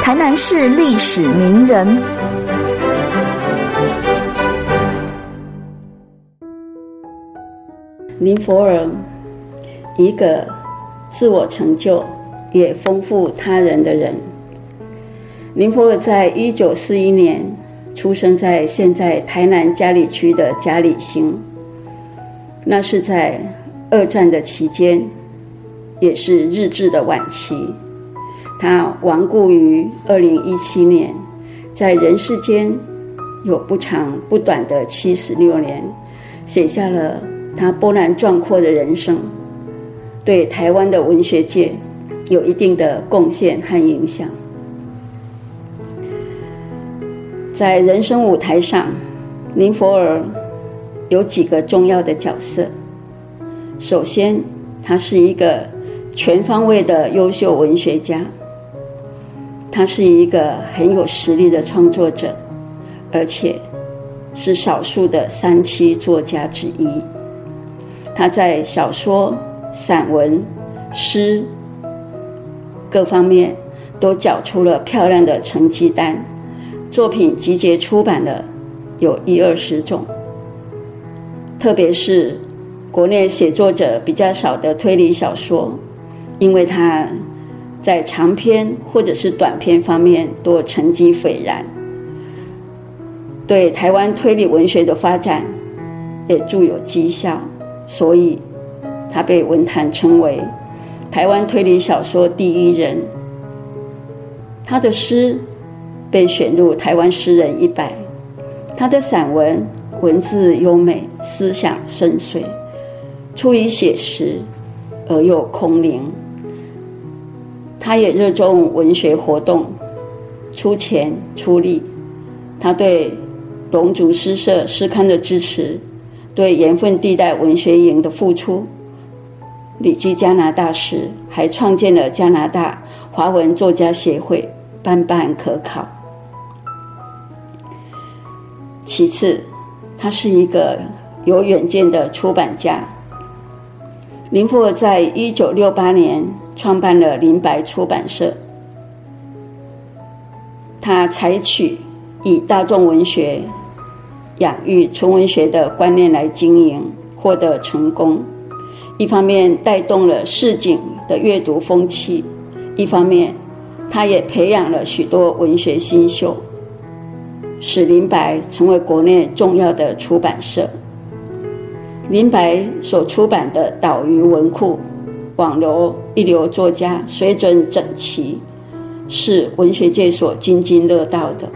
台南市历史名人。 林佛儿，一个自我成就也丰富他人的人。林佛儿在1941年出生在现在台南佳里区的佳里兴，那是在二战的期间，也是日治的晚期。他亡故于2017年，在人世间有不长不短的76年，写下了他波澜壮阔的人生，对台湾的文学界有一定的贡献和影响。在人生舞台上，林佛儿有几个重要的角色。首先，他是一个全方位的优秀文学家，他是一个很有实力的创作者，而且是少数的3栖作家之一。他在小说、散文、诗各方面都缴出了漂亮的成绩单，作品集结出版了有10-20种。特别是国内写作者比较少的推理小说，因为他在长篇或者是短篇方面都成绩斐然，对台湾推理文学的发展也著有绩效，所以他被文坛称为台湾推理小说第一人。他的诗被选入台湾诗人100，他的散文文字优美，思想深邃，出于写实而又空灵。他也热衷文学活动，出钱出力。他对龙族诗社诗刊的支持，对盐分地带文学营的付出，旅居加拿大时还创建了加拿大华文作家协会，办可考。其次，他是一个有远见的出版家。林佛儿在1968年创办了林白出版社，他采取以大众文学养育纯文学的观念来经营，获得成功。一方面带动了市井的阅读风气，一方面他也培养了许多文学新秀，使林白成为国内重要的出版社。林白所出版的岛屿文库网罗一流作家，水准整齐，是文学界所津津乐道的。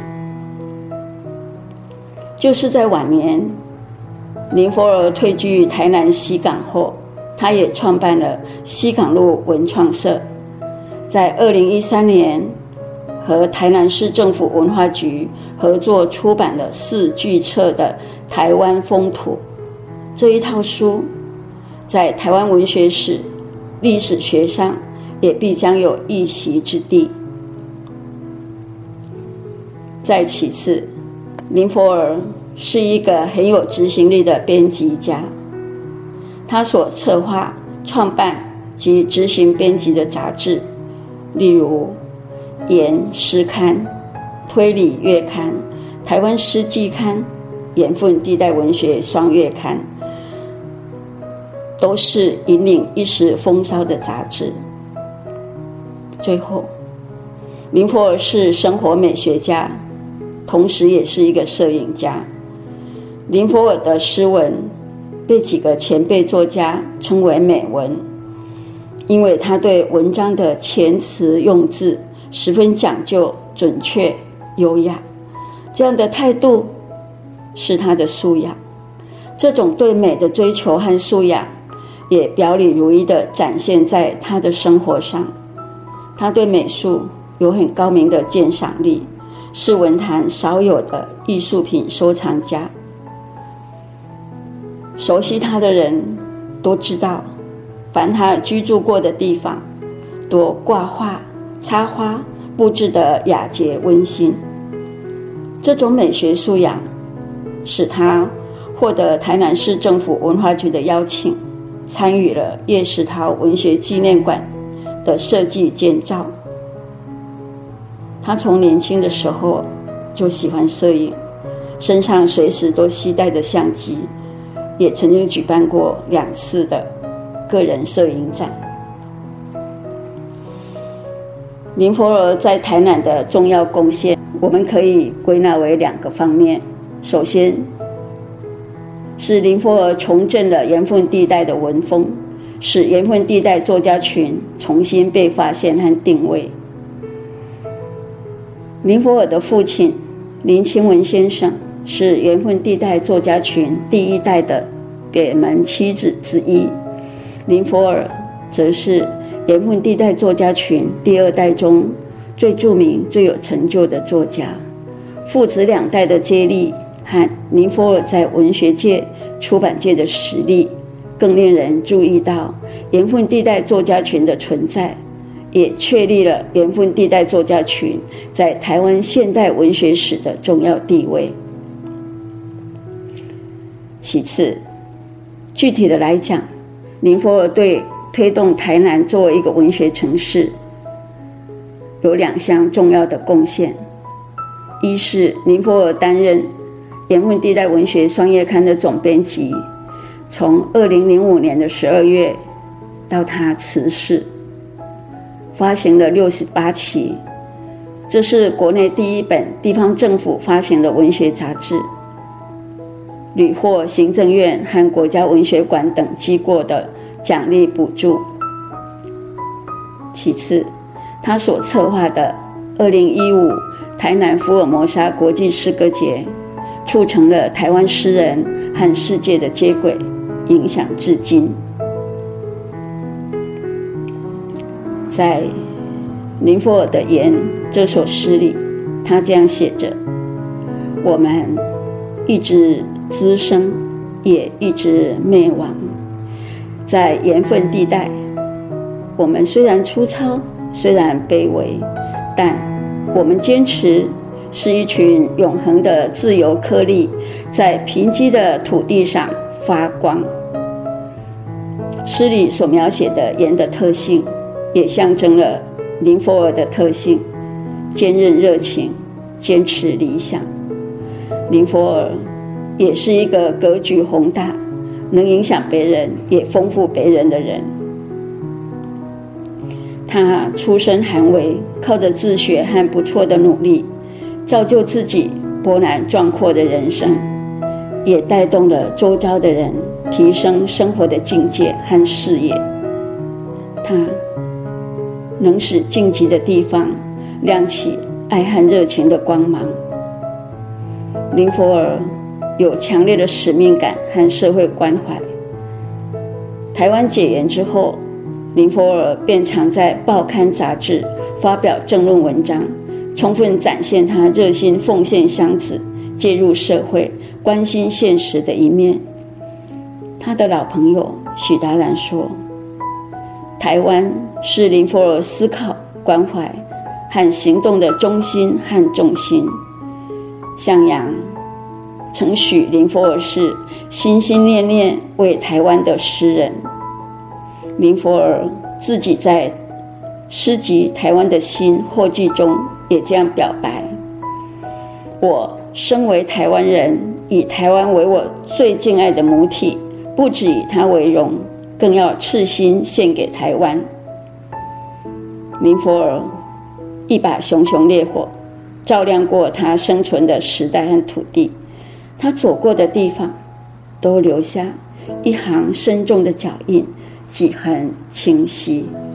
就是在晚年，林佛儿退居台南西港后，他也创办了西港路文创社，在2013年和台南市政府文化局合作出版了4巨册的《台湾风土》。这一套书在台湾文学史、历史学上也必将有一席之地。再其次，林佛儿是一个很有执行力的编辑家，他所策划、创办及执行编辑的杂志，例如盐诗刊、推理月刊、台湾诗季刊、盐分地带文学双月刊，都是引领一时风骚的杂志。最后，林佛儿是生活美学家，同时也是一个摄影家。林佛儿的诗文被几个前辈作家称为美文，因为他对文章的遣词用字十分讲究、准确、优雅，这样的态度是他的素养。这种对美的追求和素养也表里如一地展现在他的生活上。他对美术有很高明的鉴赏力，是文坛少有的艺术品收藏家。熟悉他的人都知道，凡他居住过的地方，多挂画、插花，布置得雅洁温馨。这种美学素养使他获得台南市政府文化局的邀请，参与了叶石涛文学纪念馆的设计建造。 他从年轻的时候就喜欢摄影，身上随时都携带着相机，也曾经举办过2次的个人摄影展。林佛儿在台南的重要贡献，我们可以归纳为2个方面。首先是林佛儿重振了盐分地带的文风，使盐分地带作家群重新被发现和定位。林佛儿的父亲林清文先生是盐分地带作家群第1代的给门妻子之一，林佛儿则是盐分地带作家群第2代中最著名、最有成就的作家。父子2代的接力和林佛儿在文学界、出版界的实力，更令人注意到盐分地带作家群的存在，也确立了盐分地带作家群在台湾现代文学史的重要地位。其次，具体的来讲，林佛儿对推动台南作为一个文学城市有2项重要的贡献。一是林佛儿担任盐分地带文学双月刊的总编辑，从2005年的12月到他辞世，发行了68期，这是国内第1本地方政府发行的文学杂志，屡获行政院和国家文学馆等机构的奖励补助。其次，他所策划的2015台南福尔摩沙国际诗歌节，促成了台湾诗人和世界的接轨，影响至今。在林佛儿的《盐》这首诗里，他这样写着：我们一直滋生，也一直灭亡。在盐分地带，我们虽然粗糙，虽然卑微，但我们坚持是一群永恒的自由颗粒，在贫瘠的土地上发光。诗里所描写的盐的特性，也象征了林佛儿的特性：坚韧热情，坚持理想。林佛儿也是一个格局宏大，能影响别人也丰富别人的人。他出身寒微，靠着自学和不错的努力，造就自己波澜壮阔的人生，也带动了周遭的人提升生活的境界和视野。他能使荆棘的地方亮起爱和热情的光芒。林佛儿有强烈的使命感和社会关怀。台湾解严之后，林佛儿便常在报刊杂志发表政论文章，充分展现他热心奉献乡子、介入社会、关心现实的一面。他的老朋友许达然说，台湾是林佛儿思考、关怀和行动的中心和重心。向阳曾许林佛儿是心心念念为台湾的诗人。林佛儿自己在诗集《台湾的心》后记中也这样表白：我身为台湾人，以台湾为我最敬爱的母体，不只以它为荣，更要赤心献给台湾。林佛儿一把熊熊烈火照亮过他生存的时代和土地，他走过的地方都留下一行深重的脚印，几痕清晰。